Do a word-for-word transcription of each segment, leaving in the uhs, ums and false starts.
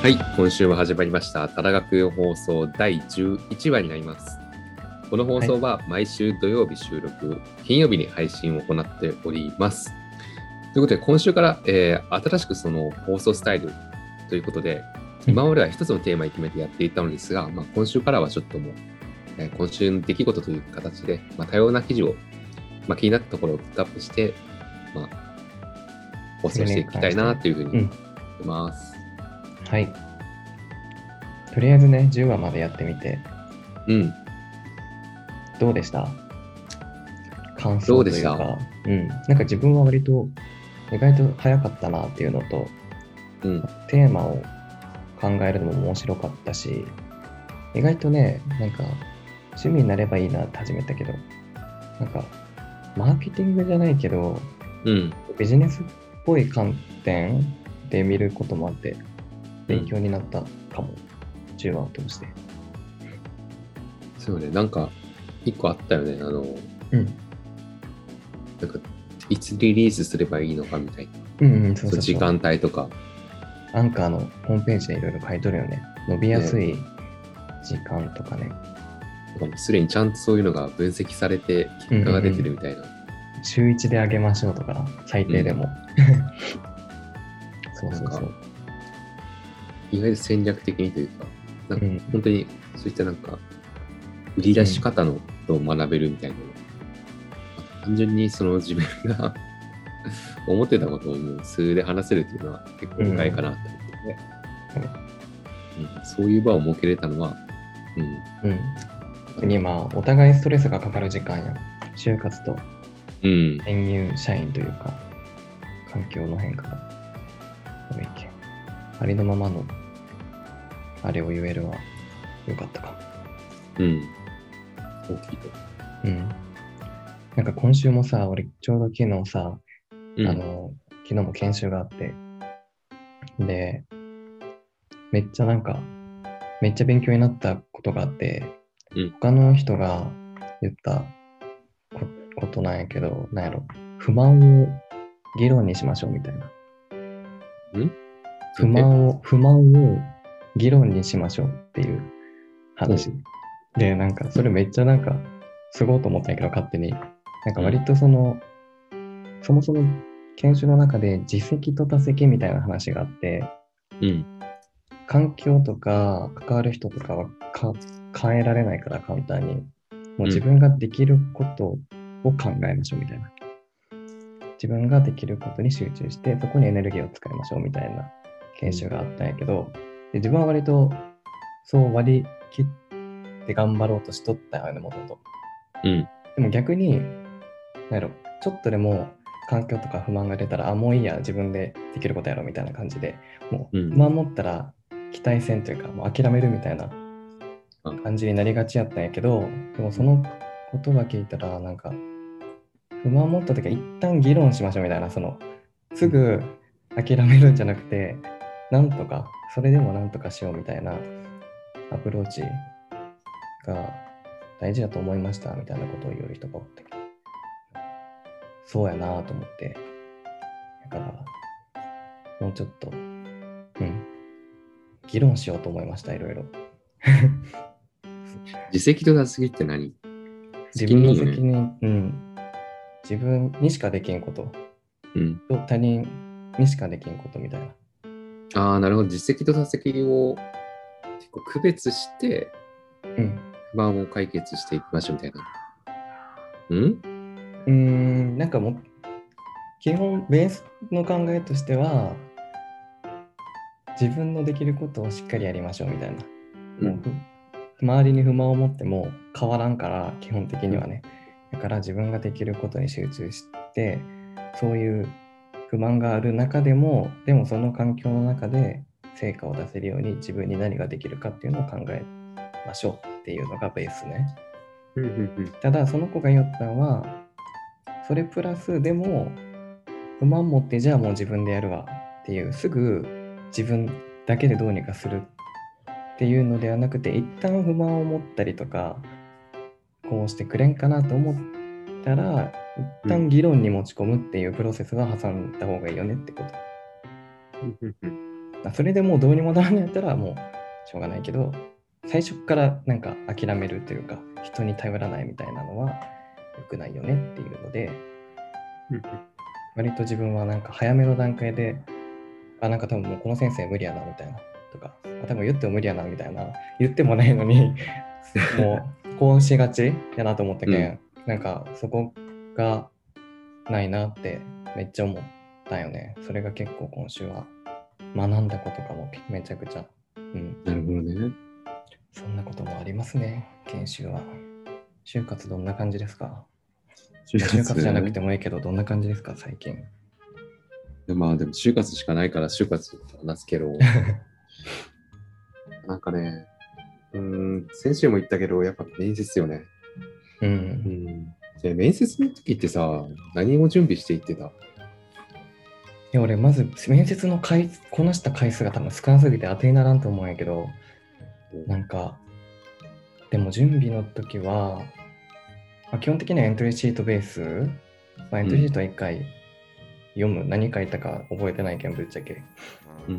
はい、今週も始まりました。ただ学放送だいじゅういちわになります。この放送は毎週土曜日収録、金曜日に配信を行っております。ということで、今週から、えー、新しくその放送スタイルということで、今までは一つのテーマに決めてやっていたのですが、まあ、今週からはちょっともう、えー、今週の出来事という形で、まあ、多様な記事を、まあ、気になったところをピックアップして、まあ、放送していきたいなというふうに思います。 うん、はい。とりあえずね、じゅうわまでやってみて。 うん。 どうでした？感想というか。どうでした？うん。なんか自分は割と意外と早かったなっていうのと、 うん、 テーマを考えるのも面白かったし、意外とね、なんか趣味になればいいなって始めたけど、なんかマーケティングじゃないけど、 うん、 ビジネスっぽい観点で見ることもあって勉強になったかも、うん、じゅうわを通して。 そうね、なんか一個あったよね、あの、うん、なんかいつリリースすればいいのかみたいな、 うんうん、そうそうそう、 時間帯とかアンカーのホームページでいろいろ書いとるよね。伸びやすい時間とかね。 すでにちゃんとそういうのが分析されて結果が出てるみたいな。うんうんうん、週いちで上げましょうとか、最低でも。うん、そうそうそう。 意外と戦略的にというか、なんか本当にそういったなんか売り出し方のことを学べるみたいなの、うん、単純にその自分が思ってたことをもう数で話せるっていうのは結構深いかなと思ってて、うんうん、そういう場を設けれたのは、 うん。うんにまあお互いストレスがかかる時間や就活と転入社員というか、うん、環境の変化が多いけんありのままのあれを言えるはよかったかも。 うん大きいと。 うんなんか今週もさ、俺ちょうど昨日さ、 うん、 あの昨日も研修があって、でめっちゃなんかめっちゃ勉強になったことがあって、うん、他の人が言ったこ、ことなんやけど、なんやろ、不満を議論にしましょうみたいな。 ん不満を、不満を議論にしましょうっていう話。うん、で、なんかそれめっちゃなんかすごいと思ったんやけど、勝手に。なんか割とその、うん、そもそも研修の中で自責と他責みたいな話があって、 うん、 環境とか関わる人とかはか変えられないから簡単に。もう自分ができることを考えましょうみたいな。自分ができることに集中して、そこにエネルギーを使いましょうみたいな研修があったんやけど、で自分は割とそう割り切って頑張ろうとしとったよね、もともと。 うん。 でも逆に、なんやろ、ちょっとでも環境とか不満が出たら、あ、もういいや、自分でできることやろうみたいな感じで、もう不満持ったら期待せんというか、もう諦めるみたいな感じになりがちやったんやけど、でもその言葉聞いたら、なんか、不満持った時は一旦議論しましょうみたいな、その、すぐ諦めるんじゃなくて、なんとか、それでもなんとかしようみたいなアプローチが大事だと思いましたみたいなことを言う人がおったけど、そうやなと思って、だから、もうちょっと、うん、議論しようと思いました、いろいろ。 自責と他責って何？ 自分の責任、うん。自分にしかできんこと、うん、と他人にしかできんことみたいな。 ああ、なるほど。自責と他責を結構区別して、うん、不満を解決していきましょうみたいな。 うんうーん、なんかもう、基本ベースの考えとしては、自分のできることをしっかりやりましょうみたいな。うん、もう周りに不満を持っても変わらんから、基本的にはね。だから自分ができることに集中して、そういう不満がある中でも、でもその環境の中で成果を出せるように自分に何ができるかっていうのを考えましょうっていうのがベースね。ただその子が言ったのは、それプラスでも不満持ってじゃあもう自分でやるわっていう、すぐ自分だけでどうにかするっていうのではなくて、一旦不満を持ったりとか、こうしてくれんかなと思ったら、一旦議論に持ち込むっていうプロセスは挟んだ方がいいよねってこと。 それでもうどうにもならないやったらもうしょうがないけど、最初からなんか諦めるというか、人に頼らないみたいなのは良くないよねっていうので、割と自分はなんか早めの段階で、あ、なんか多分もうこの先生無理やなみたいなとか、あ多分言っても無理やなみたいな、言ってもないのにもうこうしがちやなと思ったけん、うん、なんかそこがないなってめっちゃ思ったよね。それが結構今週は学んだことかもめちゃくちゃ。うん。 なるほどね。 そんなこともありますね、研修は。就活どんな感じですか？就活, 就活じゃなくてもいいけど、どんな感じですか、最近。 でまあでも就活しかないから就活話すけど、なんかね、うーん、先週も言ったけど、やっぱ面接よね。 うん。うん、 で面接の時ってさ、何を準備していってた？いや俺、まず面接の回こなした回数が多分少なすぎて当てにならんと思うんやけど、なんか、でも準備の時は、まあ、基本的にはエントリーシートベース、まあ、エントリーシートはいっかい読む、うん、何書いたか覚えてないけん、ぶっちゃけ。うん、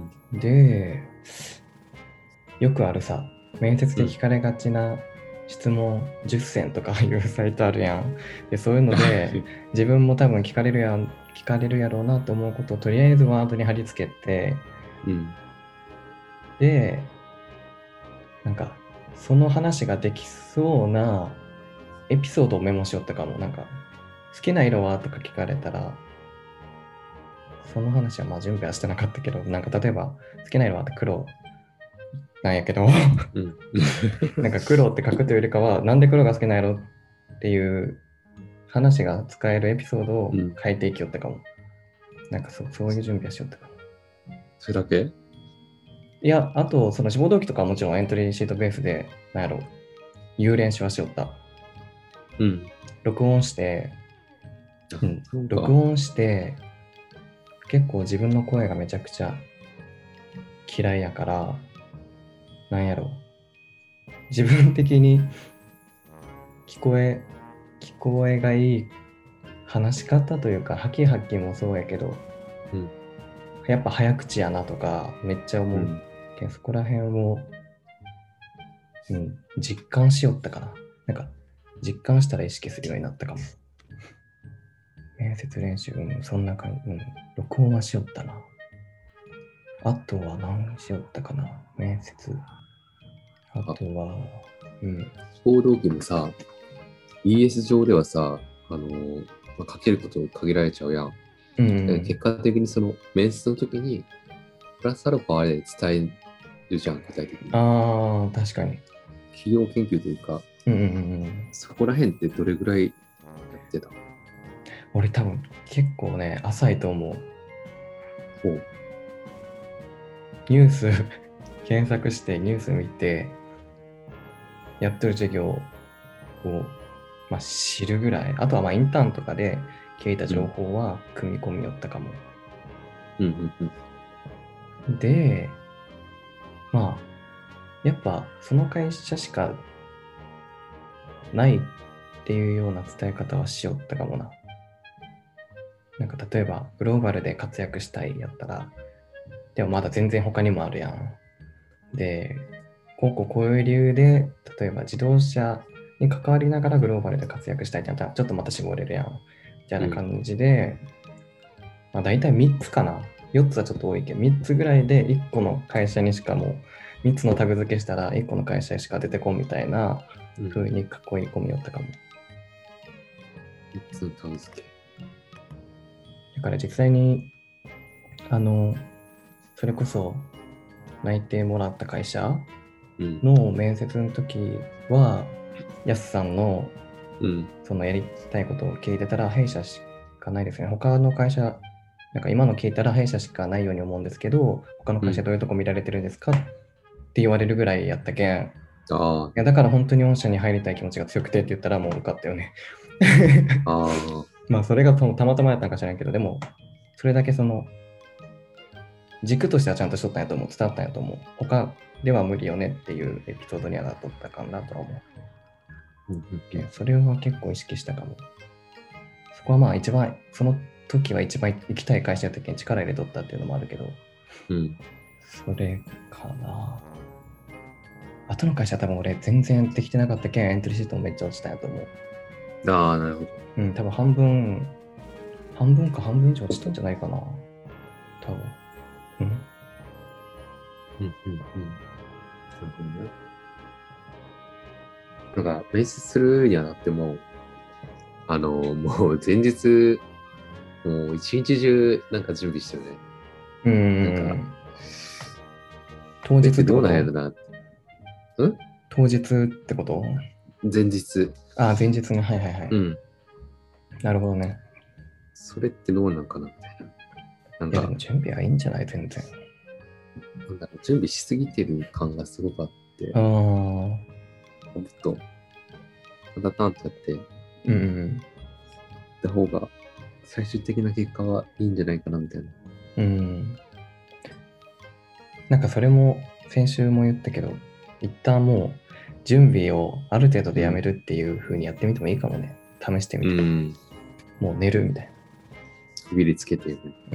で、よくあるさ、面接で聞かれがちな質問じゅっせんとかいうサイトあるやん。で、そういうので、自分も多分聞かれるやん、聞かれるやろうなと思うことをとりあえずワードに貼り付けて、うん、で、なんか、その話ができそうなエピソードをメモしよったかも。なんか、好きな色はとか聞かれたら、その話はまあ準備はしてなかったけど、なんか例えば、好きな色はって黒なんやけど、うん、なんか黒って書くというよりかは、なんで黒が好きな色っていう話が使えるエピソードを書いていきよったかも。うん、なんかそそういう準備はしよったかも。 それだけ？ いや、あと、その志望動機とかはもちろんエントリーシートベースで、なんやろ、言う練習はしよった。うん。録音して、うん、録音して、結構自分の声がめちゃくちゃ嫌いやから、なんやろ、自分的に聞こえ、聞こえがいい話し方というか、ハキハキもそうやけど、うん、やっぱ早口やなとか、めっちゃ思う。うん、そこら辺を、うん、実感しよったかな。なんか、実感したら意識するようになったかも。面接練習、うん、そんな感じ、うん、録音はしよったな。あとは何しよったかな、面接。あとは、 うん。報道機もさ、イーエス 上ではさ、あのーまあ、書けることを限られちゃうやん。うん、うん、結果的にその面接の時に、プラスアルファで伝えるじゃん、具体的に。 ああ、確かに。 企業研究というか、うんうんうん、そこら辺ってどれぐらいやってた？ 俺多分結構ね、浅いと思う。ほう。ニュース検索してニュース見て、やってる授業を、まあ、知るぐらい。あとはまあインターンとかで聞いた情報は組み込みよったかも。うんうんうん、で、まあ、やっぱその会社しかないっていうような伝え方はしよったかもな。なんか例えばグローバルで活躍したいやったら、でもまだ全然他にもあるやん。で、こうこうこういう理由で、例えば自動車に関わりながらグローバルで活躍したいってなったら、ちょっとまた絞れるやん。みたいな感じで、うん、まあ大体みっつかな。よっつはちょっと多いけど、みっつぐらいでいっこの会社にしかも、みっつのタグ付けしたらいっこの会社しか出てこんみたいな風に囲い込みよったかも。 みっつのタグ付け。 だから実際に、あの、それこそ内定もらった会社の面接の時は、やすさんのそのやりたいことを聞いてたら、弊社しかないですね。他の会社、なんか今の聞いたら弊社しかないように思うんですけど、他の会社どういうとこ見られてるんですかって言われるぐらいやったけん。あいやだから本当に御社に入りたい気持ちが強くてって言ったらもう受かったよね。あまあそれがたまたまやったんか知らんけど、でもそれだけその軸としてはちゃんとしとったんやと思う。伝わったんやと思う。他では無理よねっていうエピソードにはなっとったかなとは思う。うんうん、それは結構意識したかも。そこはまあ一番、その時は一番行きたい会社の時に力入れとったっていうのもあるけど、うん、 それかな。後の会社は多分俺全然できてなかったけんエントリーシートもめっちゃ落ちたんやと思う。 ああ、なるほど。 うん、多分半分、半分か半分以上落ちたんじゃないかな。多分。うん。 うんうんうん。なるほどね。なんか、面接するにあたっても、あの、もう前日、もう一日中なんか準備してるね。 うん。 なんか、 当日ってどうことなんやろな。ん当日ってこと前日。 あ、前日ね。はいはいはい。 うん。 なるほどね。 それってどうなんかなみたいな。なんいや、でか、 も準備はいいんじゃない全然。 なんだろう、準備しすぎてる感がすごくあって、 ああ。 もっと、ただ単とやって、 うんうんった方が、最終的な結果はいいんじゃないかなみたいな。 うん。うん。なんかそれも先週も言ったけど、一旦もう準備をある程度でやめるっていう風にやってみてもいいかもね。試してみて。 うん。 もう寝るみたい区切りつけて、 な。うん。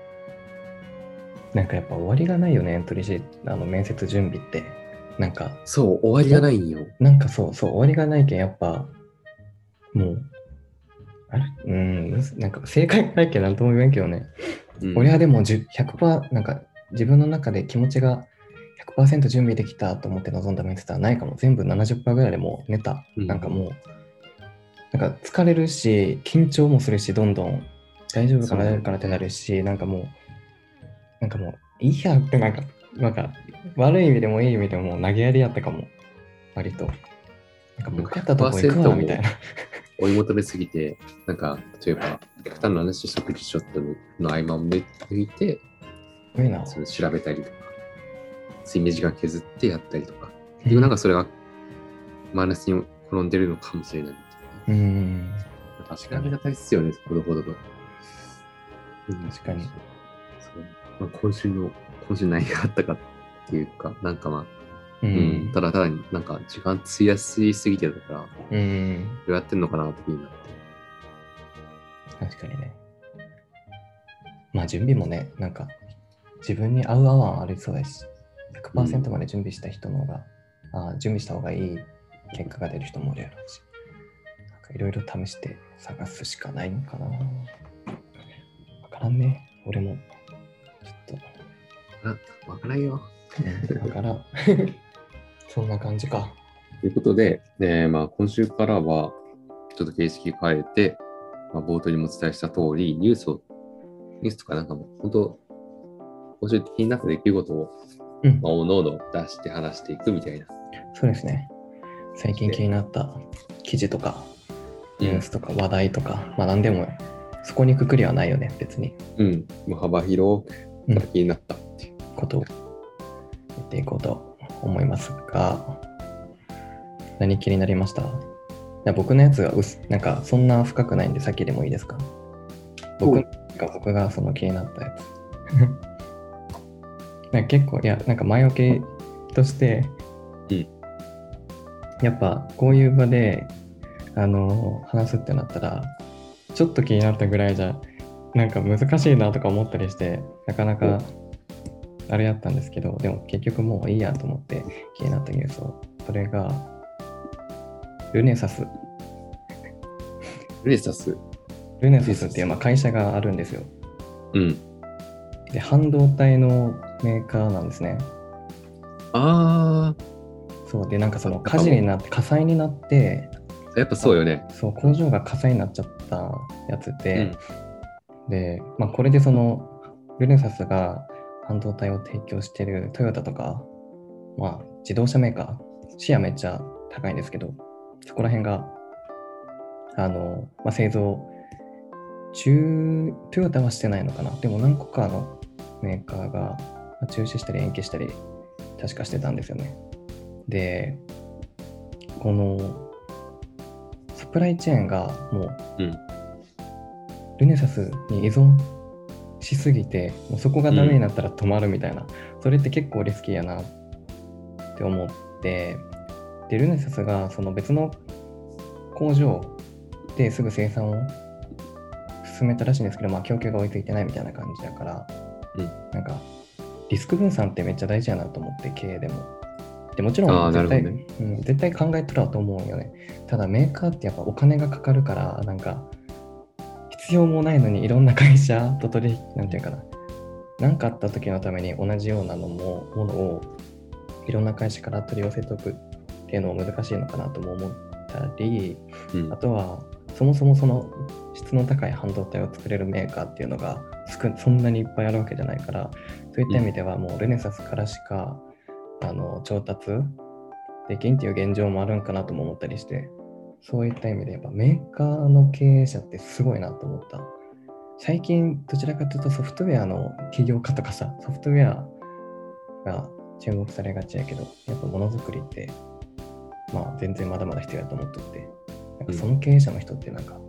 なんかやっぱ終わりがないよね、エントリーシート、あの面接準備って。なんか、 そう、終わりがないんよ。 なんかそう、そう、終わりがないけん、やっぱ、もう、あれうん、むずなんか正解がないけんなんとも言えんけどね。 うん、 俺はでもじゅひゃくパーセント、なんか自分の中で気持ちがひゃくパーセント準備できたと思って臨んだ面接はないかも。全部ななじゅっパーセントぐらいでもう寝た。 うんなんかもう、なんか疲れるし、緊張もするし、どんどん大丈夫かな、大丈夫かなってなるし、なんかもう、なんかもう、いいやってなんか、なんか悪い意味でもいい意味でももう投げやりやったかも。割と。なんかもう受かったとこ行くわみたいな。 追い求めすぎて、なんか、例えば、極端な話、食事ちょっとの合間を抜いて、 すごいな。 それ調べたりとか、睡眠時間削ってやったりとか、でもなんかそれがマイナスに転んでるのかもしれない。 うん。 確かにが大切よね、ほどほどと。 確かに。 そうまあ、今週の、今週何があったかっていうか、なんかまあ、 ううんん、ただただになんか時間費やしすぎてたから、 うん。 どうやってんのかなって気になって。 確かにね。まあ準備もね、なんか自分に合う合わんありそうだし、ひゃくパーセントまで準備した人の方が、うん、あ準備した方がいい結果が出る人もいるやろうし、なんかいろいろ試して探すしかないのかな。わからんね、俺も。ちょっあ、わからんよ。 と。わからん。そんな感じか。 ということで、えーまあ、今週からはちょっと形式変えて、まあ、冒頭にもお伝えした通り、ニュースを、ニュースとかなんかもう本当、今週気になった出来事を、 うんまあ、おのおの出して話していくみたいな。 そうですね。最近気になった記事とか、ニュースとか話題とか、うん、まあ何でも、そこにくくりはないよね、別に。 うん、もう幅広く気になったっていう、 うん、ことを言っていこうと思いますが、何気になりました？いや僕のやつがうすなんかそんな深くないんで、さっきでもいいですか？僕が僕がその気になったやつ。なんか結構、いや、なんか前置きとして、 うん、 やっぱこういう場であの話すってなったら、ちょっと気になったぐらいじゃなんか難しいなとか思ったりして、なかなかあれやったんですけど、でも結局もういいやと思って気になったニュースを、それがルネサスルネサスルネサスっていうまあ会社があるんですよ。 うん。 で、半導体のメーカーなんですね。 ああ。 そうで、なんかその火事になって火災になって、 やっぱそうよね。 そう、工場が火災になっちゃったやつで、うん、で、まあこれでそのルネサスが半導体を提供しているトヨタとか、まあ自動車メーカー、シェアめっちゃ高いんですけど、そこら辺があの、まあ、製造中、トヨタはしてないのかな。でも何個かのメーカーが中止したり延期したり確かしてたんですよね。で、このサプライチェーンがもう、うん、ルネサスに依存しすぎて、もうそこがダメになったら止まるみたいな、うん、それって結構リスキーやなって思って、で、ルネサスがその別の工場ですぐ生産を進めたらしいんですけど、まあ供給が追いついてないみたいな感じだから、うん、なんかリスク分散ってめっちゃ大事やなと思って、経営でも。でもちろん絶対、 ねうん、絶対考えとるわと思うよね。ただメーカーってやっぱお金がかかるから、なんか必要もないのにいろんな会社と取引、なんていうかな。何かあった時のために同じようなのもものをいろんな会社から取り寄せておくっていうのも難しいのかなとも思ったり、 うん、 あとはそもそもその質の高い半導体を作れるメーカーっていうのが少そんなにいっぱいあるわけじゃないから、そういった意味ではもうルネサスからしか、あの調達できんっていう現状もあるんかなとも思ったりして、そういった意味でやっぱメーカーの経営者ってすごいなと思った。最近どちらかというとソフトウェアの起業家とかさ、ソフトウェアが注目されがちやけど、やっぱものづくりってまあ全然まだまだ必要だと思っとって、なんかその経営者の人ってなんか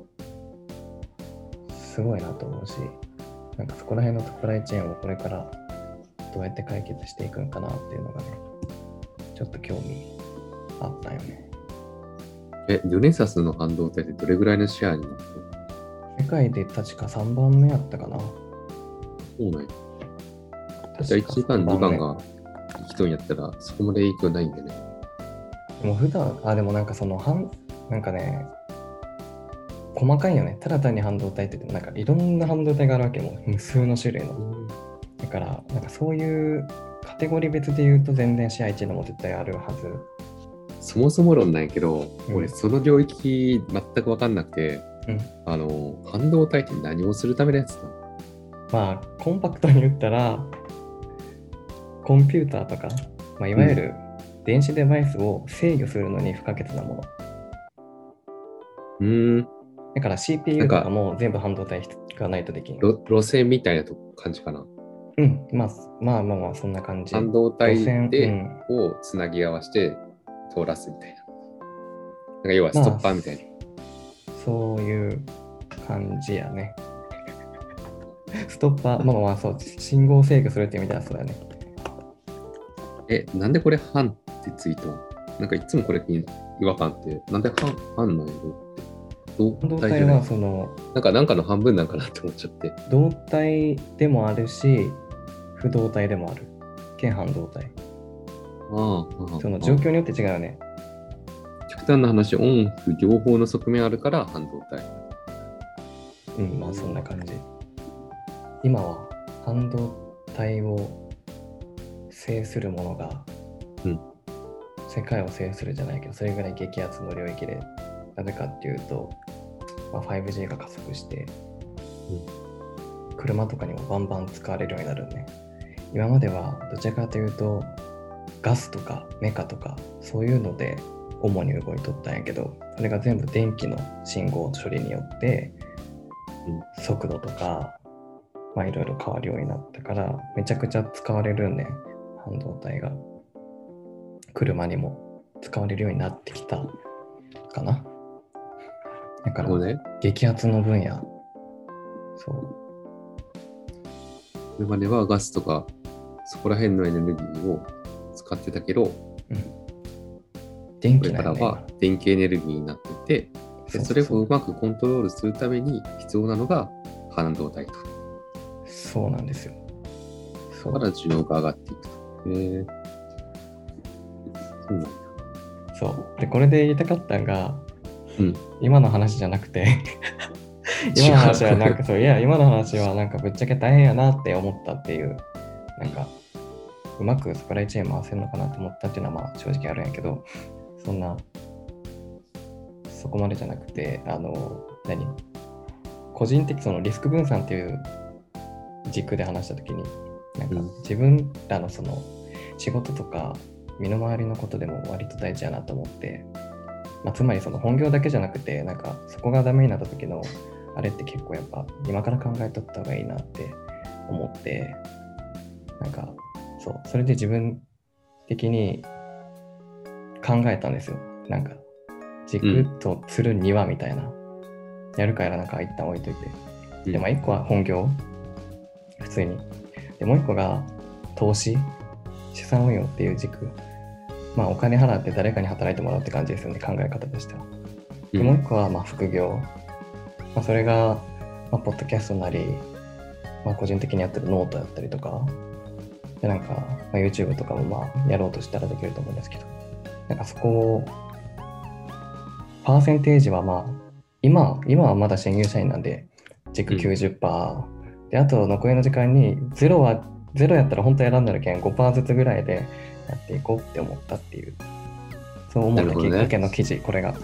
すごいなと思うし、なんかそこら辺のサプライチェーンをこれからどうやって解決していくんかなっていうのがね、ちょっと興味あったよね。 え、ルネサスの半導体ってどれぐらいのシェアになるの？ 世界で確かさんばんめやったかな。 そうなんや。じゃあいちばん、にばんが人にやったらそこまで影響ないんだよね。 もう普段、あ、でもなんかその半、なんかね、細かいよね。ただ単に半導体って言ってもなんかいろんな半導体があるわけ、もう無数の種類の。だからなんかそういうカテゴリー別で言うと全然シェアいちのも絶対あるはず。 そもそも論なんやけど、 うん、 俺その領域全く分かんなくて、うん、あの半導体って何をするためのやつなの？ まあコンパクトに言ったらコンピューターとか、まあ、いわゆる電子デバイスを制御するのに不可欠なもの。 うーん。 だから シーピーユー とかも全部半導体がないとできん。 路線みたいな感じかな。 うん、まあ、まあまあまあそんな感じ。 半導体で、うん、をつなぎ合わせて通らすみたいな。なんか要はストッパーみたいな。まあ、そういう感じやね。ストッパー、まあまあそう、信号制御するっていう意味ではそうだね。 え、なんでこれ半ってついとん？なんかいつもこれに違和感って、なんで半、半なんやろって。 半導体はその、 なんかなんかの半分なんかなって思っちゃって。 導体でもあるし、不導体でもある。兼半導体。 ああ、 その状況によって違うよね。 極端な話、オン、オフ両方の側面あるから半導体。 うん、まあそんな感じ。今は半導体を制するものが、うん、世界を制するじゃないけど、それぐらい激アツの領域で、なぜかっていうと、まあ、ファイブジー が加速して、うん、車とかにもバンバン使われるようになるね。今まではどちらかというと、ガスとかメカとかそういうので主に動いとったんやけど、それが全部電気の信号処理によって、うん、速度とかまあいろいろ変わるようになったから、めちゃくちゃ使われるね、半導体が。車にも使われるようになってきたかな。だから、ね、激アツの分野。そう。 車ではガスとかそこら辺のエネルギーを使ってたけど、うん、電気、ね、これからは電気エネルギーになってて、でそれをうまくコントロールするために必要なのが半導体と。 そうなんですよ。 そうだから需要が上がっていくと。へー、そうなんだ。 そう。で、これで言いたかったのが、 うん、 今の話じゃなくて今の話はなんかそう、いや、今の話はなんかぶっちゃけ大変やなって思ったっていう、なんか、うまくサプライチェーン回せるのかなと思ったっていうのはまあ正直あるんやけど、そんな、そこまでじゃなくて、あの、何個人的そのリスク分散っていう軸で話したときに、なんか自分らのその仕事とか身の回りのことでも割と大事やなと思って、まあ、つまりその本業だけじゃなくて、なんかそこがダメになった時のあれって結構やっぱ今から考えとった方がいいなって思って、なんかそうそれで自分的に考えたんですよ。なんか軸とするにはみたいな、うん、やるかやらなんか一旦置いといて、うん、でまあ一個は本業普通に、でもう一個が投資資産運用っていう軸、まあお金払って誰かに働いてもらうって感じですよね、考え方としては。でもう一個はまあ副業、まあ、それがまあポッドキャストなり、まあ、個人的にやってるノートやったりとか、 で、なんか、まあ、YouTube とかもまあやろうとしたらできると思うんですけど、なんかそこを、パーセンテージはまあ、今、今はまだ新入社員なんで、軸きゅうじゅっパーセント、うん、で、あと残りの時間に、ゼロは、ゼロやったら本当やらんなるけん、ごパーセントずつぐらいでやっていこうって思ったっていう、そう思ったきっかけの記事、ね、これが。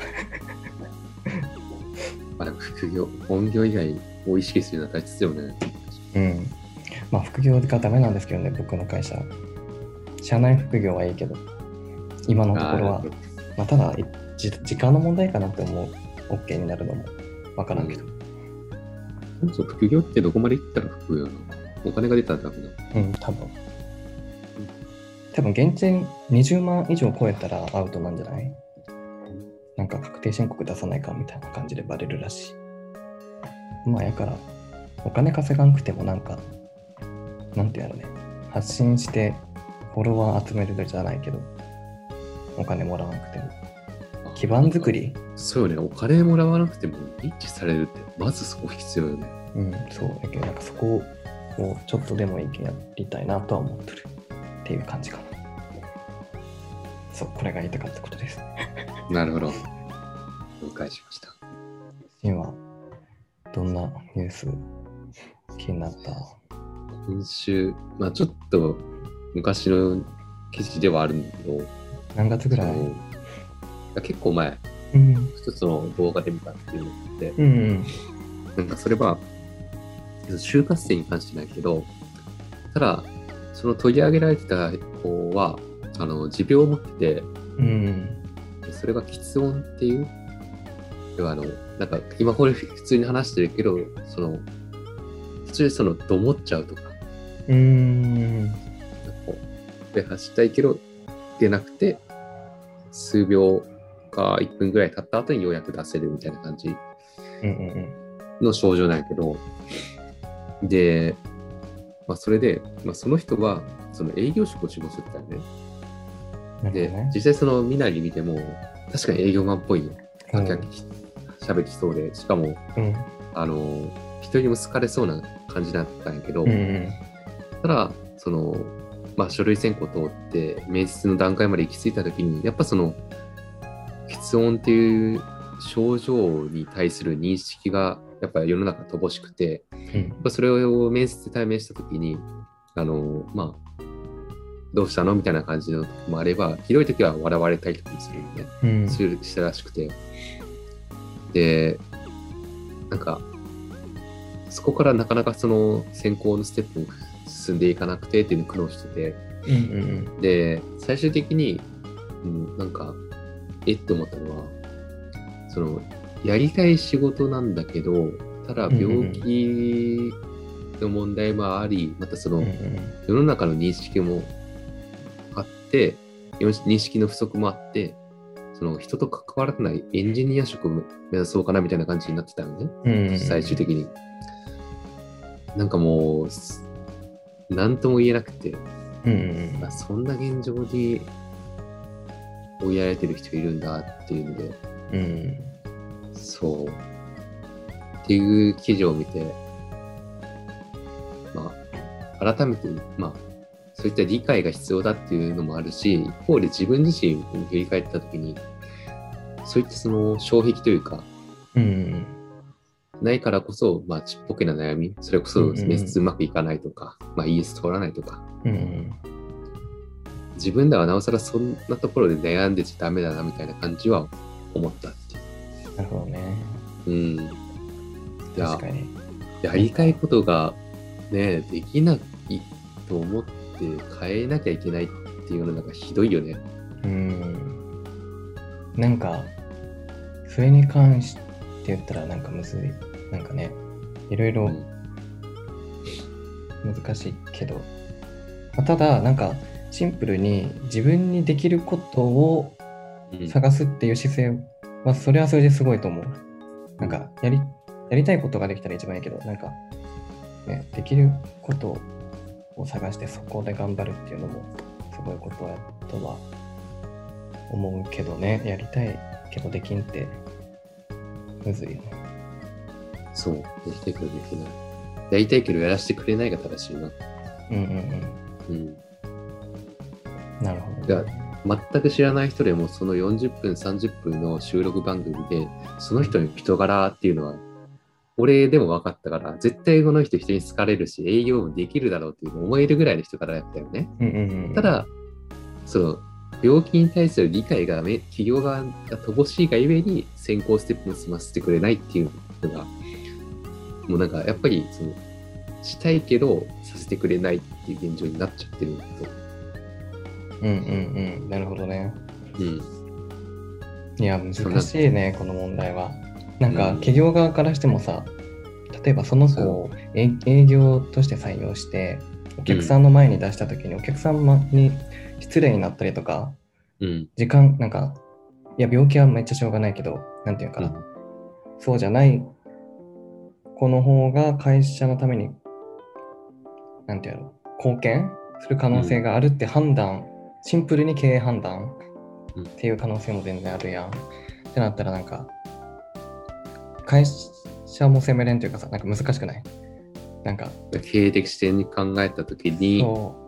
まあ、副業、本業以外を意識するのは大切よね。 うん。まあ、副業がダメなんですけどね、僕の会社。社内副業はいいけど、今のところは、まあ、ただ、時間の問題かなって思う。OK になるのもわからんけど。 うん、そう、副業ってどこまでいったら副業なの？お金が出たらダメなの？ うん、多分。多分、現金にじゅうまん以上超えたらアウトなんじゃない？なんか確定申告出さないかみたいな感じでバレるらしい。まあ、やから、お金稼がんくてもなんか、なんてやろね、発信してフォロワー集めるじゃないけど、お金もらわなくても。基盤作り？ そうよね、お金もらわなくてもリッチされるって、まずそこ必要よね。 うん、そうだけど、なんかそこをちょっとでもいいけやりたいなとは思ってるっていう感じかな。そう、これが言いたかったことです。 なるほど。了解しました。 今、どんなニュース気になった？ 今週、まあちょっと昔の記事ではあるんだけど、 何月ぐらい？ 結構前、 うん、 一つの動画で見たっていうのがあって、 うんうん、 なんかそれは、就活生に関してないけど、ただ、その取り上げられてた子は、あの持病を持ってて、 うん、 それが喫音っていう、要はあの、なんか今これ普通に話してるけど、その、普通にその、どもっちゃうとか、 うーん、 こうで発したいけど、出なくて、数秒かいっぷんぐらい経った後にようやく出せるみたいな感じの症状なんやけど、で、まあ、それで、まあ、その人はその営業職を志望するったよね。で、ね、実際その身なり見ても確かに営業マンっぽいよ。キャキャキ喋りそうで、しかも、うん、あの人にも好かれそうな感じだったんやけど、うんうん、ただその、まあ、書類選考通って面接の段階まで行き着いた時にやっぱその喫音っていう症状に対する認識がやっぱり世の中乏しくて、うん、やっぱそれを面接で対面した時にあのまあどうしたのみたいな感じの時もあれば、ひどい時は笑われたりとかもするよね、うん、そういうしたらしくて、でなんかそこからなかなかその選考のステップを進んでいかなくてっていうのを苦労してて、うんうんうん、で最終的に、うん、なんかえっと思ったのは、そのやりたい仕事なんだけど、ただ病気の問題もあり、またその世の中の認識もあって、認識の不足もあって、その人と関わらないエンジニア職を目指そうかなみたいな感じになってたよね、うんうん、最終的に。なんかもう何とも言えなくて、うんうんまあ、そんな現状に追いやられてる人いるんだっていうので、うん、そうっていう記事を見て、まあ改めてまあそういった理解が必要だっていうのもあるし、一方で自分自身を振り返ったときに、そういったその障壁というか、うん、ないからこそ、まあちっぽけな悩み、それこそ面接うまくいかないとか、うんうん、まあ イーエス 通らないとか、うんうん、自分ではなおさらそんなところで悩んでちゃダメだなみたいな感じは思ったっていう。 なるほどね。 うん。いや、確かにやりたいことがね、できないと思って変えなきゃいけないっていうのがひどいよね。 うん。なんか、それに関して言ったらなんかむずい。なんかね、いろいろ難しいけど、まあ、ただなんかシンプルに自分にできることを探すっていう姿勢は、それはそれですごいと思う。なんかやり、やりたいことができたら一番いいけど、なんか、ね、できることを探してそこで頑張るっていうのもすごいことやとは思うけどね。やりたいけどできんってむずいよね。 そう、やりたいけどできない。やりたいけどやらせてくれないが正しいな。 うんうんうん。うん。 いや全く知らない人でもそのよんじゅっぷん、さんじゅっぷんの収録番組で、その人の人柄っていうのは、俺でも分かったから、絶対この人人に好かれるし、営業もできるだろうっていうのを思えるぐらいの人からやったよね。 うんうんうん、 ただ、その、病気に対する理解が企業側が乏しいがゆえに先行ステップも済ませてくれないっていうのが、もうなんかやっぱりそのしたいけどさせてくれないっていう現状になっちゃってるんだと。 うんうんうん、なるほどね。 うん。 いや、難しいね、この問題は。なんか企業側からしてもさ、例えばその子を営業として採用して、お客さんの前に出したときにお客様に失礼になったりとか、 うん、 時間、なんか、いや、病気はめっちゃしょうがないけど、なんていうかな、うん、そうじゃない子の方が会社のために、なんていうの、貢献する可能性があるって判断、うん、シンプルに経営判断っていう可能性も全然あるやん。ってなったら、なんか、会社も責めれんというかさ、なんか難しくない？なんか、 経営的視点に考えたときに、 そう、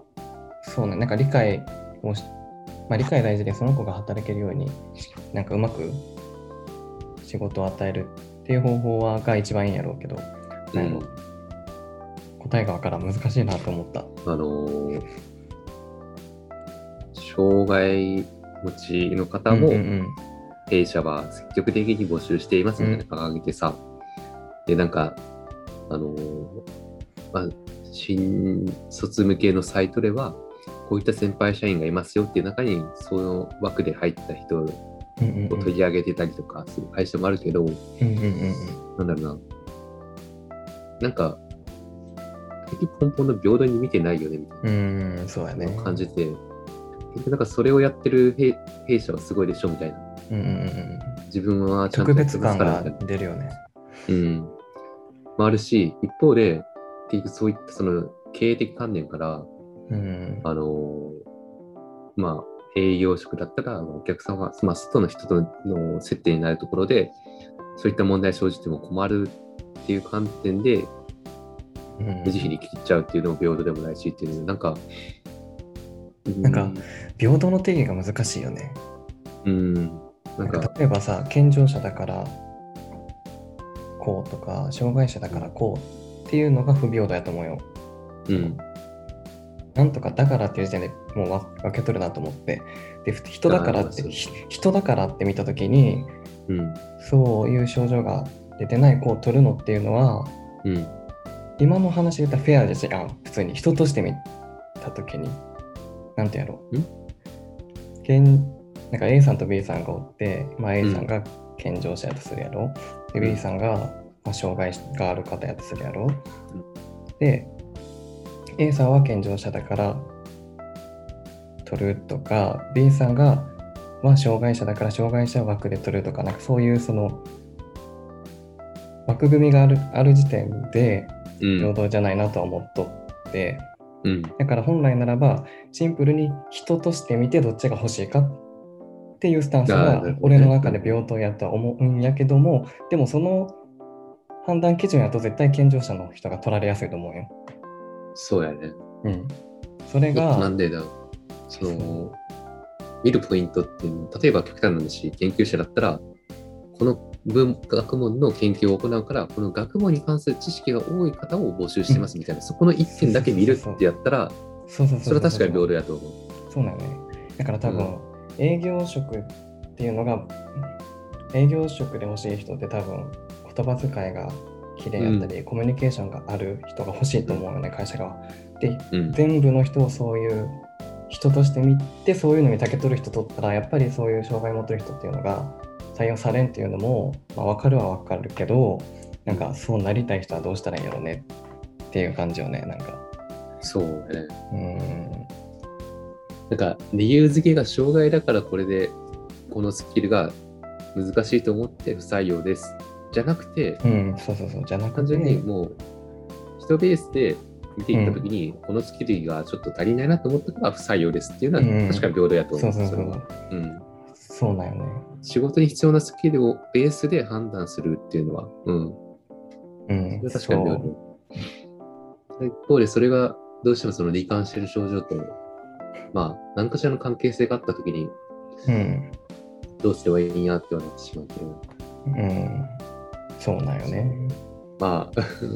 そうね、なんか理解をし、まあ、理解大事でその子が働けるようになんかうまく仕事を与えるっていう方法はが一番いいんやろうけど、うん、答えがわからん、難しいなと思った。 あのー、障害持ちの方も弊社は積極的に募集していますみたいな掲げてさ、うん、でなんかあのー、まあ、新卒向けのサイトではこういった先輩社員がいますよっていう中にその枠で入った人を取り上げてたりとかする会社もあるけど、うんうんうん、なんだろうな、なんか根本の平等に見てないよねみたいな感じて、うん、なんかそれをやってる弊社はすごいでしょみたいな、うんうんうん、自分はちゃんとやってますからみたいな、 特別感が出るよね、 うん、もあるし、一方で結局そういったその経営的観念から、うん、あのまあ営業職だったらお客さんは、まあ、外の人との接点になるところでそういった問題生じても困るっていう観点で無慈悲に切っちゃうっていうのも平等でもないしっていう、なんか、 うん、なんか平等の定義が難しいよね。 うん、 なんか例えばさ、健常者だからこうとか障害者だからこうっていうのが不平等やと思うよ。うん。なんとかだからっていう時点でもう分け取るなと思って、で人だからって人だからって見たときに、うん、そういう症状が出てない子を取るのっていうのは、うん、今の話で言ったらフェアで違う。普通に人として見たときになんてやろう、なんか A さんと B さんがおって、まあ、A さんが健常者やとするやろ、うん、で B さんが、まあ、障害がある方やとするやろ、うん、でA さんは健常者だから取るとか B さんがは障害者だから障害者枠で取るとか、なんかそういうその枠組みがある、ある時点で平等じゃないなとは思っとって、うん、だから本来ならばシンプルに人として見てどっちが欲しいかっていうスタンスが俺の中で平等やとは思うんやけども、でもその判断基準やと絶対健常者の人が取られやすいと思うよ。 そうやね。 うん。それが。 なんでだ、その、見るポイントっていうのは、例えば極端な話、研究者だったら、この文学問の研究を行うから、この学問に関する知識が多い方を募集してますみたいな、うん、そこの一点だけ見るってやったら、それは確かに平等やと思う。 そうだよね。だから多分、うん、営業職っていうのが、営業職で欲しい人って多分、言葉遣いが綺麗やったり、うん、コミュニケーションがある人が欲しいと思うよね、うん、会社が。で、うん、全部の人をそういう人として見て、そういうのに長け取る人取ったら、やっぱりそういう障害を持ってる人っていうのが採用されんっていうのも、まあ、分かるは分かるけど、なんかそうなりたい人はどうしたらいいんやろうねっていう感じよね、なんか。 そうね。うん。なんか理由付けが障害だからこれでこのスキルが難しいと思って不採用ですじゃなくて、 うん、そうそうそう、じゃなくて、 単純にもう人ベースで見ていったときに、うん、このスキルがちょっと足りないなと思ったから不採用ですっていうのは確かに平等やと思う。 そうそうそう。うん。そうだよね。 仕事に必要なスキルをベースで判断するっていうのは、うん。うん。それは確かに平等。一方でそれがどうしてもその罹患している症状とまあ、何かしらの関係性があったときに、 うん。 どうすればいいんやって言われてしまうけど。 うん。そうなんよね。 まあ、うん。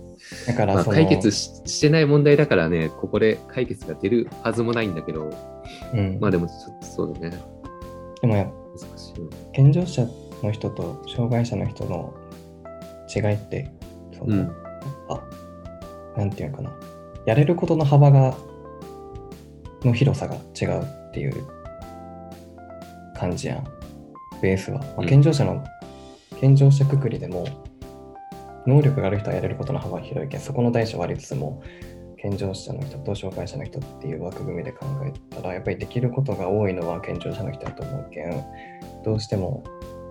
だからまあ、 その、 解決 し, してない問題だからね、ここで解決が出るはずもないんだけど、 うん、 まあでもちょっとそうだね。 でもや難しいよね。 健常者の人と障害者の人の違いって、その、 うん、 あ、なんていうのかな、やれることの幅が、の広さが違うっていう感じやん、ベースは。まあ、健常者の、うん、健常者くくりでも、能力がある人はやれることの幅が広いけん、そこの大小割りつつも、健常者の人と障害者の人っていう枠組みで考えたら、やっぱりできることが多いのは健常者の人だと思うけん、どうしても、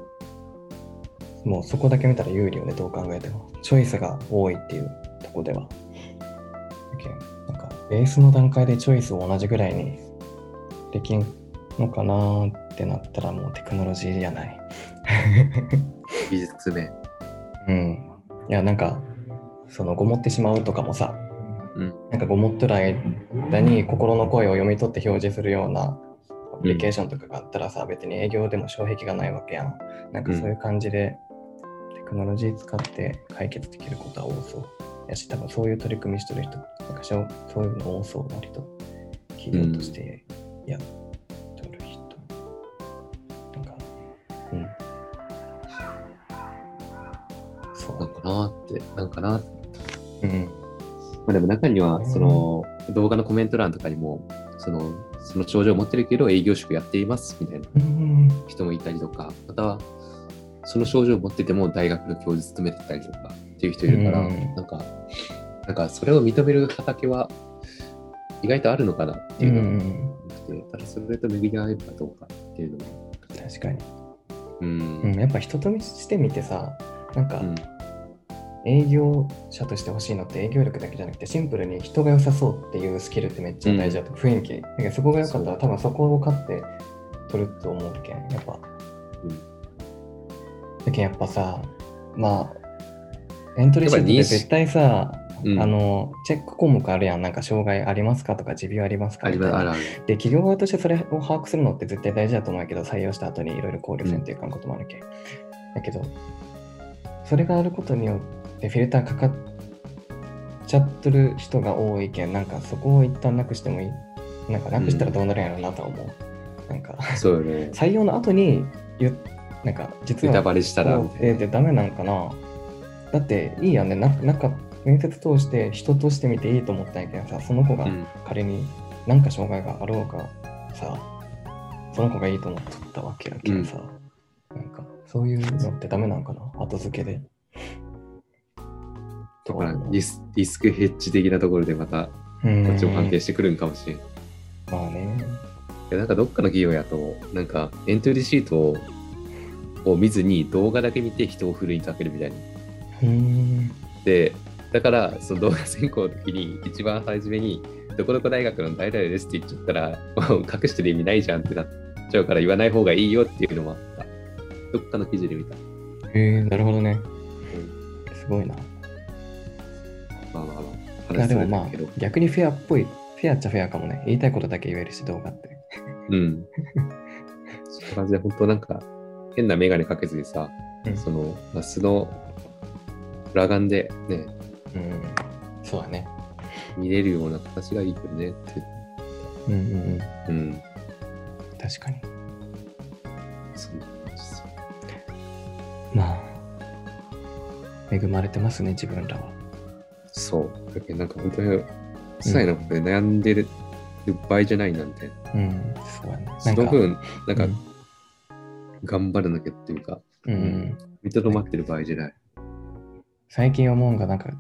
もうそこだけ見たら有利よね、どう考えても。チョイスが多いっていうところでは。なんか、ベースの段階でチョイスを同じぐらいにできんのかなってなったら、もうテクノロジーじゃない。 技術面。 うん。いや、なんか、その、ごもってしまうとかもさ、 うん、 なんかごもってる間に心の声を読み取って表示するようなアプリケーションとかがあったらさ、うん、別に営業でも障壁がないわけやん。なんかそういう感じで、テクノロジー使って解決できることは多そうやし、多分そういう取り組みしてる人、なんかそういうの多そう、割と企業としてやっとる人。うん、なんか、うん。 そう。なんかなって、なんかなって。 うん。 まあでも中には、その動画のコメント欄とかにも、その、その症状を持ってるけど営業職やっていますみたいな人もいたりとか、または、その症状を持ってても大学の教授務めてたりとかっていう人いるから、うん、なんか、なんかそれを認める畑は意外とあるのかなっていうのが思って、うん、ただそれと巡り合えるかどうかっていうのも。 確かに。 うん。 うん、やっぱ人としてみてさ、なんか、うん、営業者として欲しいのって営業力だけじゃなくて、シンプルに人が良さそうっていうスキルってめっちゃ大事だと、うん、雰囲気。だけどそこが良かったら多分そこを買って取ると思うけん、やっぱ。うんだけどやっぱさ、まあ、エントリーシートで絶対さ、うん、あのチェック項目あるやん、なんか障害ありますかとか、持病ありますかみたいな。で、企業側としてそれを把握するのって絶対大事だと思うけど、採用した後にいろいろ考慮せんっていうかんこともあるけん。うん、だけど、それがあることによってフィルターかかっちゃっとる人が多いけん、なんかそこを一旦なくしてもいい。なんかなくしたらどうなるんやろうなとは思う。うん、なんか、 そうよね。 採用の後に言って、なんか実はネタバレしたらえでダメなんかな。だっていいやんね。ななんか面接通して人として見ていいと思ったんやけどさ、その子が仮に何か障害があろうかさ、その子がいいと思っとったわけやけどさ、うん、なんかそういうのってダメなんかな、後付けで。 だからリス、リスクヘッジ的なところでまたこっちも関係してくるんかもしれん。 まあね。 いやなんかどっかの企業やとなんかエントリーシートをを見ずに動画だけ見て人をふるいにかけるみたいな。 うんで、だからその動画選考の時に一番初めにどこどこ大学の誰々ですって言っちゃったらもう隠してる意味ないじゃんってなっちゃうから言わない方がいいよっていうのもあった。どっかの記事で見た。 へえ、なるほどね。うん、すごいな。 まあまあまあ。 でもまあ逆にフェアっぽい、フェアっちゃフェアかもね。言いたいことだけ言えるし動画って。 うん。そんな感じで本当なんか変なメガネかけずにさ、うん、その素の裸眼でね、 うん、そうだね。 見れるような形がいいよねって。 うんうんうん。 うん。 確かに。 そうなんですよ。 まあ、恵まれてますね、自分らは。 そう。だけどなんか本当に、ささいなことで悩んでる場合じゃないなんて。 うん、そうだね。 その分、なんか、うん、頑張らなきゃっていうか、 うん、 見とどまってる場合じゃない。 最近思うんが、なんか、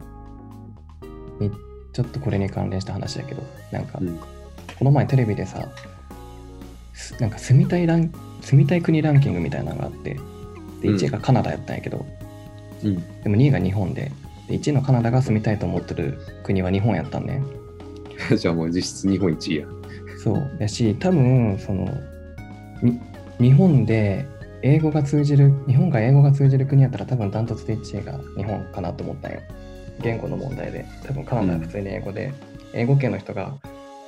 ちょっとこれに関連した話だけど、なんか、うん、この前テレビでさ、なんか住みたいラン、住みたい国ランキングみたいなのがあって、で、いちいがカナダやったんやけど、 うん、 でもにいが日本で、でいちいのカナダが住みたいと思ってる国は日本やったんね。 じゃあもう実質日本いちいや。 そうやし、多分その日本で英語が通じる、日本が英語が通じる国やったら多分ダントツでいちいが日本かなと思ったんよ。言語の問題で。多分カナダは普通に英語で、うん、英語圏の人が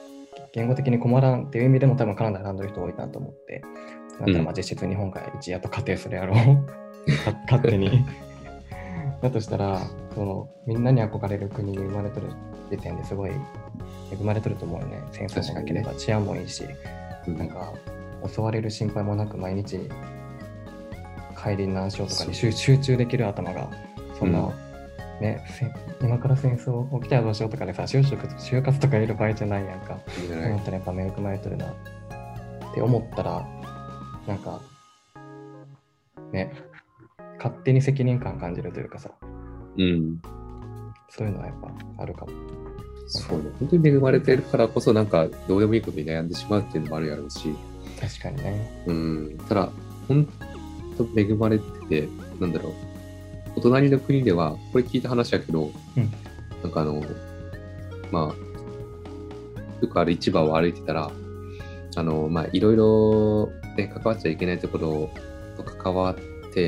言語的に困らんっていう意味でも多分カナダ選んでる人多いなと思って、だったらまあ実質日本が一やっぱ仮定するやろう勝手にだとしたらそのみんなに憧れる国に生まれてる時点ですごい恵まれてると思うよね。戦争もなければ治安もいいし、 うん、 なんか襲われる心配もなく毎日帰り難所とかに集中できる頭がそんな、うんね、今から戦争起きたらどうしようとかでさ、就職、就活とかいる場合じゃないやんか。思ったらやっぱ恵まれてるなって思ったら、なんか、ね、勝手に責任感感じるというかさ、 うん、 そういうのはやっぱあるかも。 そうね、本当に恵まれてるからこそ、なんかどうでもいいことに悩んでしまうっていうのもあるやろうし。 確かにね。 うん、ただ、本当恵まれてて、なんだろう。お隣の国では、これ聞いた話やけど、うん、なんかあの、まあ、よくある市場を歩いてたら、あの、まあ、いろいろ、ね、関わっちゃいけないところと関わって、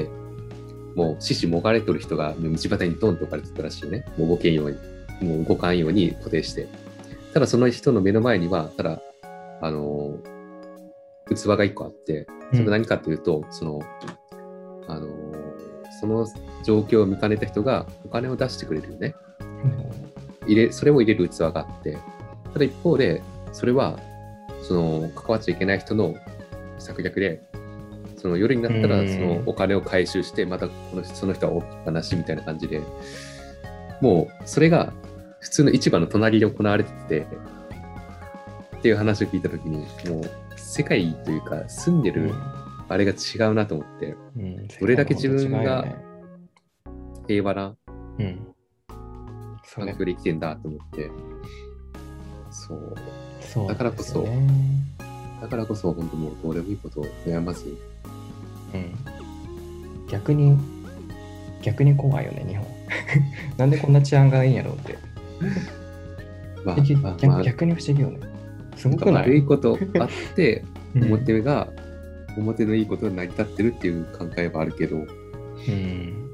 もう、獅子もがれとる人が道端にドンと置かれてたらしいね。もう動けんように、もう動かんように固定して。ただ、その人の目の前には、ただ、あの、器が一個あって、それ何かっていうと、うん、その、あの、その状況を見かねた人がお金を出してくれるよね。うん、入れそれを入れる器があって、ただ一方で、それはその関わっちゃいけない人の策略で、その夜になったらそのお金を回収して、またこのその人は置きっぱなしみたいな感じで、もうそれが普通の市場の隣で行われてて、っていう話を聞いたときに、もう世界というか住んでる、うんあれが違うなと思って、うん、どれだけ自分が平和な環境で生きてんだと思って、そう、そうだからこそ、だからこそ本当もうどうでもいいことを悩まず、 うん、逆に逆に怖いよね日本なんでこんな治安がいいんやろうって、まあまあまあ、逆に不思議よね。すごくない？ 悪いことあって表が、うん表のいいことが成り立ってるっていう考えはあるけど、うん、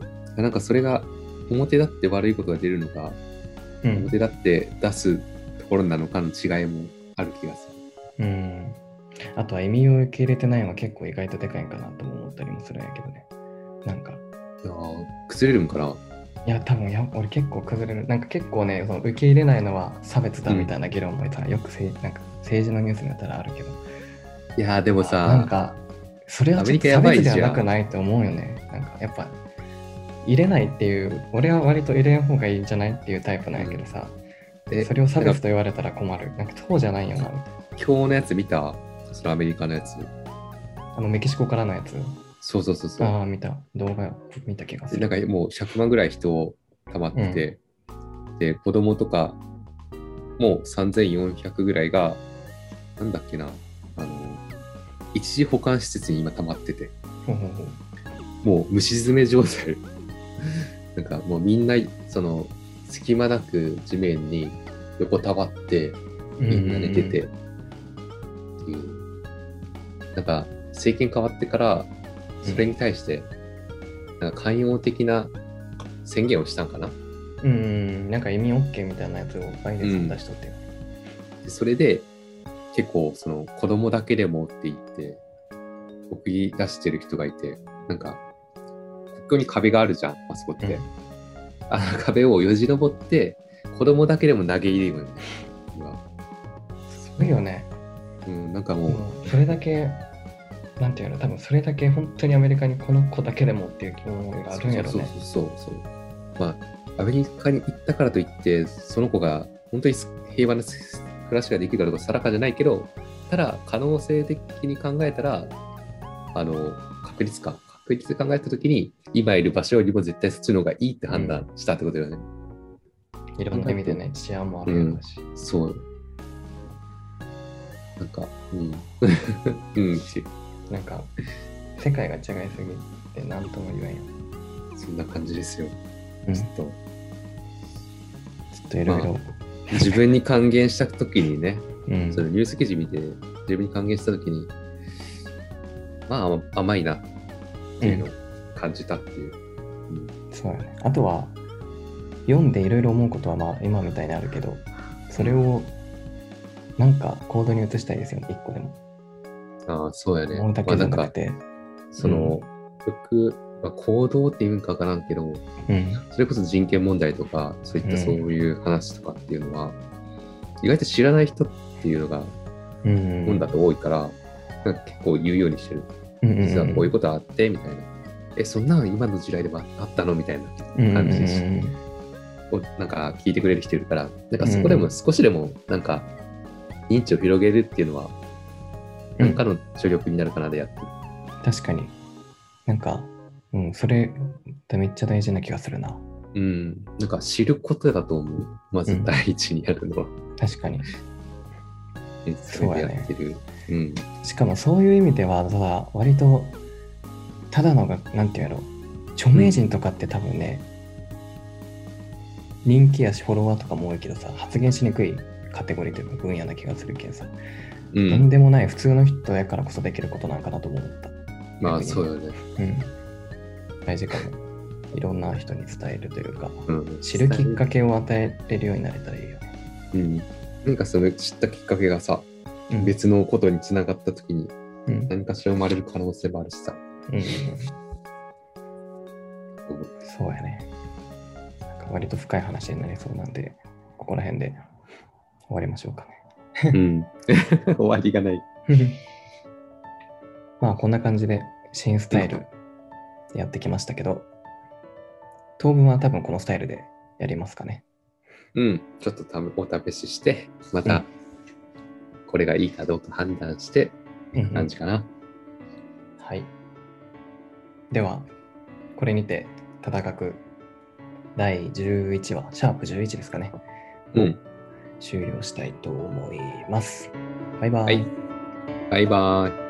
なんかそれが表だって悪いことが出るのか、うん、表だって出すところなのかの違いもある気がする。うん。あとは意味を受け入れてないのは結構意外とでかいんかなと思ったりもするんやけどね。なんか。 いや崩れるんかな？ いや多分や俺結構崩れる。なんか結構ねその受け入れないのは差別だみたいな議論もさ、うん、よくせなんか政治のニュースになったらあるけど。 いやでもさなんかそれはちょっと差別ではなくないと思うよね。なんかやっぱ入れないっていう、俺は割と入れん方がいいんじゃないっていうタイプなんやけどさ、うん、それを差別と言われたら困る。なんかそうじゃないよなみたいな。 今日のやつ見た？そのアメリカのやつ。 あのメキシコからのやつ。 そうそうそうそう。 ああ見た。動画見た気がする。 なんかもうひゃくまんぐらい人溜まってて、うん、で子供とかもうさんぜんよんひゃくぐらいがなんだっけな。あの一時保管施設に今溜まってて、ほうほうほうもう虫詰め状態なんかもうみんなその隙間なく地面に横たわってみんな寝ててっていう、うん、なんか政権変わってからそれに対してなんか寛容的な宣言をしたんかな。 うん、なんか移民 OK みたいなやつをバイデンさん出しとって、 うん、でそれで結構その子供だけでもって言って送り出してる人がいて、なんかここに壁があるじゃんあそこって、うん、あの壁をよじ登って子供だけでも投げ入れるんだよ。 すごいよね。 うん、なんかもう、 うん、それだけなんていうの多分それだけ本当にアメリカにこの子だけでもっていう気持ちがあるんやろね。 そうそうそうそう。まあアメリカに行ったからといってその子が本当に平和な暮らしができるかどうか定かじゃないけど、ただ可能性的に考えたらあの確率か確率で考えたときに今いる場所よりも絶対そっちの方がいいって判断したってことだよね、 うん、いろんな意味でね治安もあるやろし、 うん、そうなんかうんうんなんか世界が違いすぎて何とも言えんよ。 そんな感じですよ、うん、ちょっとちょっといろいろ、まあ自分に還元したときにね、うん、そのニュース記事見て自分に還元したときにまあ甘いなっていうのを感じたっていう、 うんうん、そうやね。あとは読んでいろいろ思うことはまあ今みたいにあるけど、それをなんか行動に移したいですよね、一個でも。 ああ、そうやね。 思うだけじゃなくて。 まあ、なんかその、僕、まあ、行動っていうんかわからんけど、 うん、 それこそ人権問題とか、そういったそううんいう話とかっていうのは、意外と知らない人っていうのが、 うん、 日本だと多いから、なんか結構言うようにしてる。 うんうんうん、 実はこういうことあって、みたいな。え、そんなの今の時代でもあったのみたいな感じでし、をなんか聞いてくれる人いるから、なんかそこでも少しでもなんか認知を広げるっていうのは、なんかの助力になるかなでやってる。 確かに。なんか、うん、それめっちゃ大事な気がするな。 うん、なんか知ることだと思う。まず第一にやるのは。 うん、確かに。 そうやってる。うん。 しかもそういう意味ではさ、割とただのがなんていうの、著名人とかって多分ね、うん、人気やしフォロワーとかも多いけどさ、発言しにくいカテゴリーというか分野な気がするけどさ、うん、なんでもない普通の人やからこそできることなんかなと思った。 まあそうよね。 うん。大事かも。いろんな人に伝えるというか、 うん、 知るきっかけを与えれるようになれたらいいよね。 うん。なんかその知ったきっかけがさ、うん、別のことにつながったときに、うん、何かしら生まれる可能性もあるしさ。うんうんうん、 そうやね。なんか割と深い話になりそうなんで、ここら辺で終わりましょうかね。 うん。終わりがない。 まあこんな感じで新スタイルやってきましたけど、当分は多分このスタイルでやりますかね。 うん。ちょっとお試しして、またこれがいいかどうか判断して、感じかな、うんうん。 はい。では、これにて、ただかくだいじゅういちわ、シャープじゅういちですかね。 うん。 終了したいと思います。バイバイ。 はい、バイバイ。